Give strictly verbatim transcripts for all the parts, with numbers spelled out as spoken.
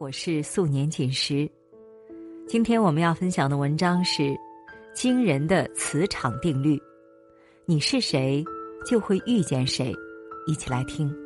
我是素年锦时。今天我们要分享的文章是惊人的磁场定律，你是谁就会遇见谁。一起来听。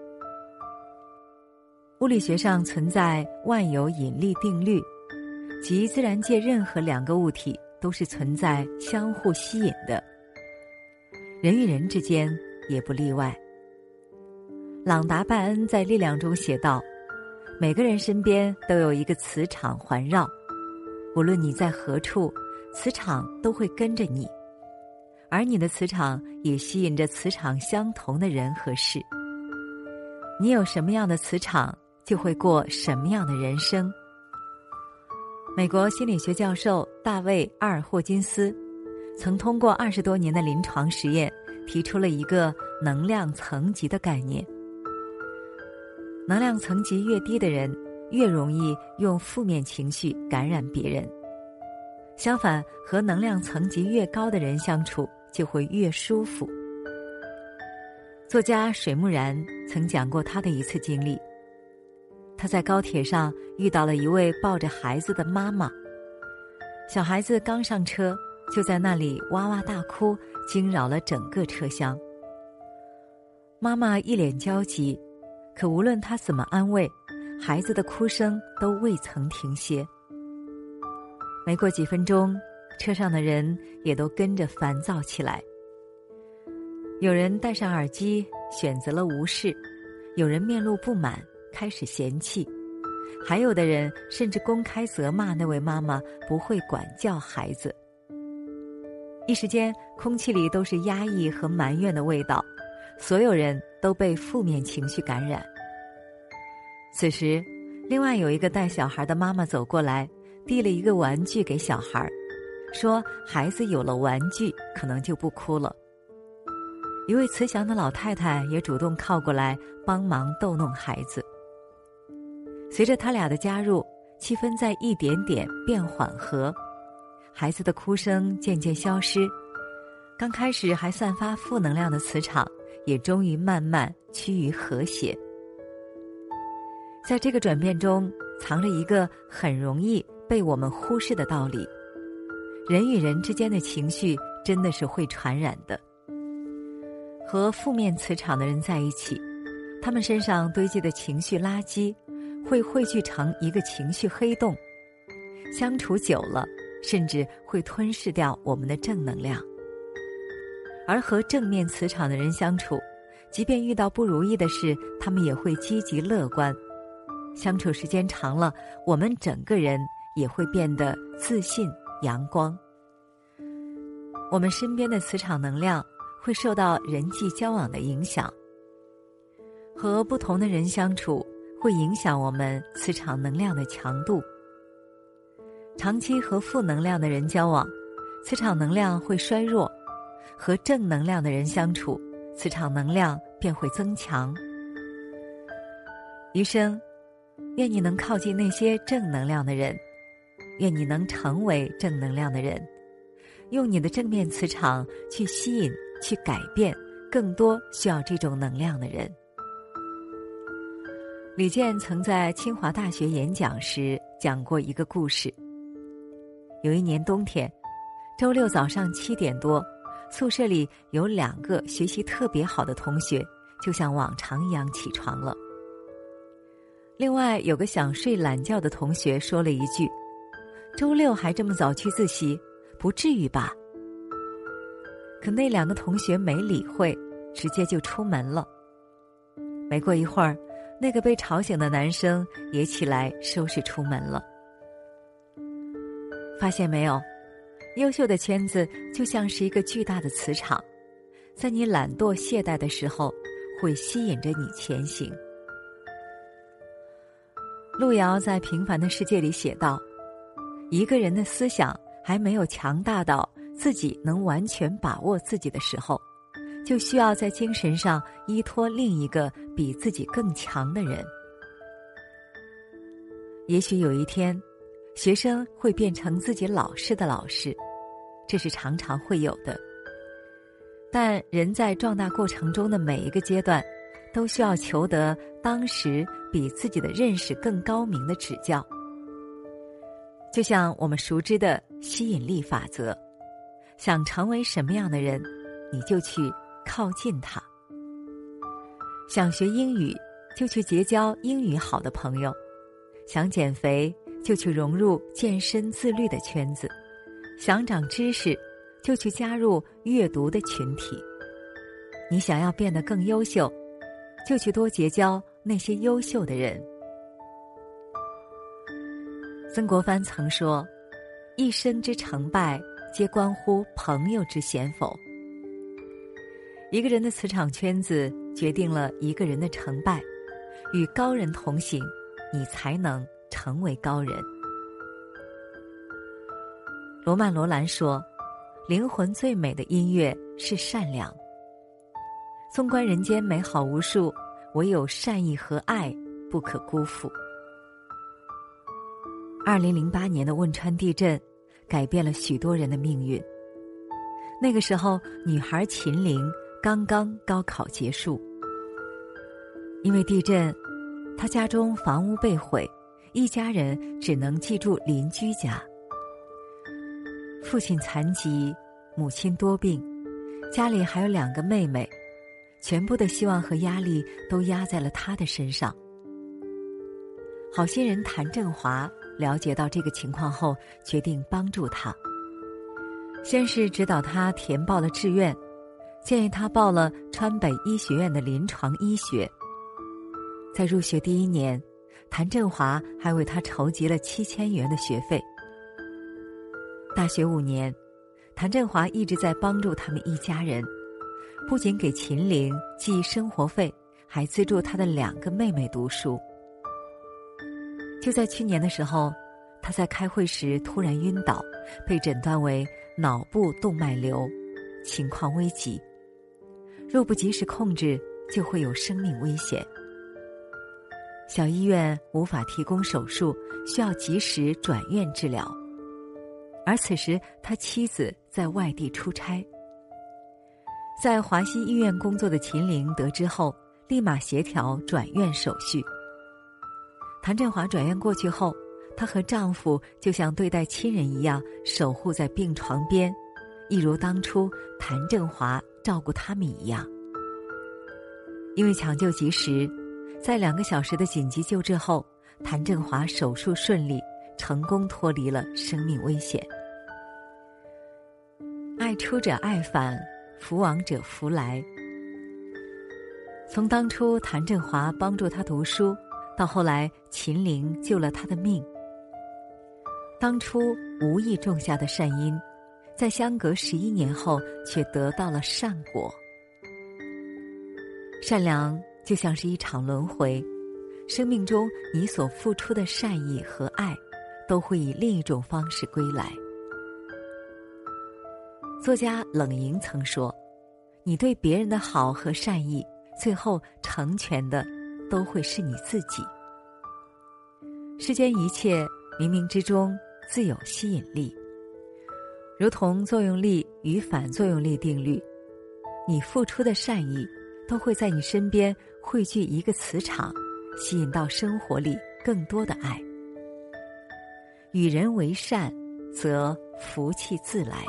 物理学上存在万有引力定律，即自然界任何两个物体都是存在相互吸引的，人与人之间也不例外。朗达·拜恩在《力量》中写道，每个人身边都有一个磁场环绕，无论你在何处，磁场都会跟着你，而你的磁场也吸引着磁场相同的人和事。你有什么样的磁场，就会过什么样的人生。美国心理学教授大卫·阿尔霍金斯曾通过二十多年的临床实验，提出了一个能量层级的概念。能量层级越低的人，越容易用负面情绪感染别人。相反，和能量层级越高的人相处，就会越舒服。作家水木然曾讲过他的一次经历。他在高铁上遇到了一位抱着孩子的妈妈，小孩子刚上车，就在那里哇哇大哭，惊扰了整个车厢。妈妈一脸焦急，可无论她怎么安慰，孩子的哭声都未曾停歇。没过几分钟，车上的人也都跟着烦躁起来。有人戴上耳机，选择了无视；有人面露不满，开始嫌弃；还有的人甚至公开责骂那位妈妈不会管教孩子。一时间，空气里都是压抑和埋怨的味道，所有人都被负面情绪感染。此时，另外有一个带小孩的妈妈走过来，递了一个玩具给小孩，说孩子有了玩具，可能就不哭了。一位慈祥的老太太也主动靠过来帮忙逗弄孩子。随着他俩的加入，气氛在一点点变缓和，孩子的哭声渐渐消失，刚开始还散发负能量的磁场也终于慢慢趋于和谐。在这个转变中，藏着一个很容易被我们忽视的道理：人与人之间的情绪真的是会传染的。和负面磁场的人在一起，他们身上堆积的情绪垃圾会汇聚成一个情绪黑洞，相处久了，甚至会吞噬掉我们的正能量。而和正面磁场的人相处，即便遇到不如意的事，他们也会积极乐观。相处时间长了，我们整个人也会变得自信阳光。我们身边的磁场能量会受到人际交往的影响，和不同的人相处会影响我们磁场能量的强度。长期和负能量的人交往，磁场能量会衰弱；和正能量的人相处，磁场能量便会增强。余生，愿你能靠近那些正能量的人，愿你能成为正能量的人，用你的正面磁场去吸引、去改变更多需要这种能量的人。李健曾在清华大学演讲时讲过一个故事。有一年冬天，周六早上七点多，宿舍里有两个学习特别好的同学，就像往常一样起床了。另外有个想睡懒觉的同学说了一句：“周六还这么早去自习，不至于吧？”可那两个同学没理会，直接就出门了。没过一会儿，那个被吵醒的男生也起来收拾出门了。发现没有，优秀的圈子就像是一个巨大的磁场，在你懒惰懈怠的时候，会吸引着你前行。路遥在《平凡的世界》里写道，一个人的思想还没有强大到自己能完全把握自己的时候，就需要在精神上依托另一个比自己更强的人。也许有一天，学生会变成自己老师的老师，这是常常会有的。但人在壮大过程中的每一个阶段，都需要求得当时比自己的认识更高明的指教。就像我们熟知的吸引力法则，想成为什么样的人，你就去靠近他。想学英语，就去结交英语好的朋友；想减肥，就去融入健身自律的圈子；想长知识，就去加入阅读的群体。你想要变得更优秀，就去多结交那些优秀的人。曾国藩曾说，一生之成败皆关乎朋友之贤否。一个人的磁场圈子决定了一个人的成败，与高人同行，你才能成为高人。罗曼·罗兰说，灵魂最美的音乐是善良。纵观人间美好无数，唯有善意和爱不可辜负。二零零八年的汶川地震改变了许多人的命运。那个时候，女孩秦玲刚刚高考结束。因为地震，她家中房屋被毁，一家人只能寄住邻居家。父亲残疾，母亲多病，家里还有两个妹妹，全部的希望和压力都压在了她的身上。好心人谭振华了解到这个情况后，决定帮助她。先是指导她填报了志愿，建议她报了川北医学院的临床医学。在入学第一年，谭振华还为她筹集了七千元的学费。大学五年，谭振华一直在帮助他们一家人，不仅给秦玲寄生活费，还资助她的两个妹妹读书。就在去年的时候，她在开会时突然晕倒，被诊断为脑部动脉瘤，情况危急，若不及时控制，就会有生命危险。小医院无法提供手术，需要及时转院治疗。而此时他妻子在外地出差。在华西医院工作的秦玲得知后，立马协调转院手续。谭振华转院过去后，她和丈夫就像对待亲人一样守护在病床边，一如当初谭振华照顾他们一样。因为抢救及时，在两个小时的紧急救治后，谭振华手术顺利，成功脱离了生命危险。爱出者爱返，福往者福来。从当初谭振华帮助他读书，到后来秦玲救了他的命。当初无意种下的善因，在相隔十一年后却得到了善果。善良就像是一场轮回，生命中你所付出的善意和爱，都会以另一种方式归来。作家冷莹曾说，你对别人的好和善意，最后成全的都会是你自己。世间一切冥冥之中自有吸引力，如同作用力与反作用力定律，你付出的善意都会在你身边汇聚一个磁场，吸引到生活里更多的爱。与人为善，则福气自来。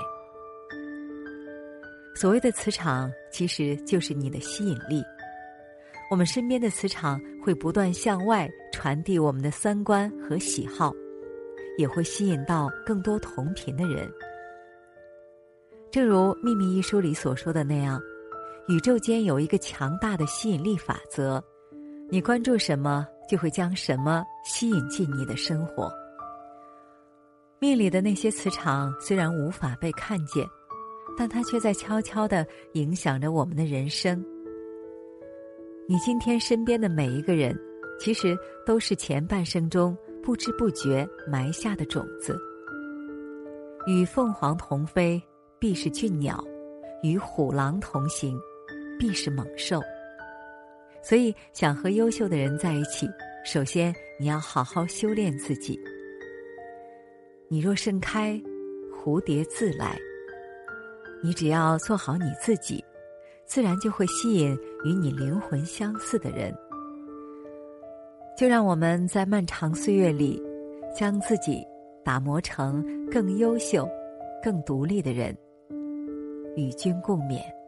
所谓的磁场，其实就是你的吸引力。我们身边的磁场会不断向外传递我们的三观和喜好，也会吸引到更多同频的人。正如《秘密》一书里所说的那样，宇宙间有一个强大的吸引力法则，你关注什么，就会将什么吸引进你的生活。命里的那些磁场虽然无法被看见，但它却在悄悄地影响着我们的人生。你今天身边的每一个人，其实都是前半生中不知不觉埋下的种子。与凤凰同飞，必是俊鸟；与虎狼同行，必是猛兽。所以想和优秀的人在一起，首先你要好好修炼自己。你若盛开，蝴蝶自来。你只要做好你自己，自然就会吸引与你灵魂相似的人。 就让我们在漫长岁月里，将自己打磨成更优秀、更独立的人，与君共勉。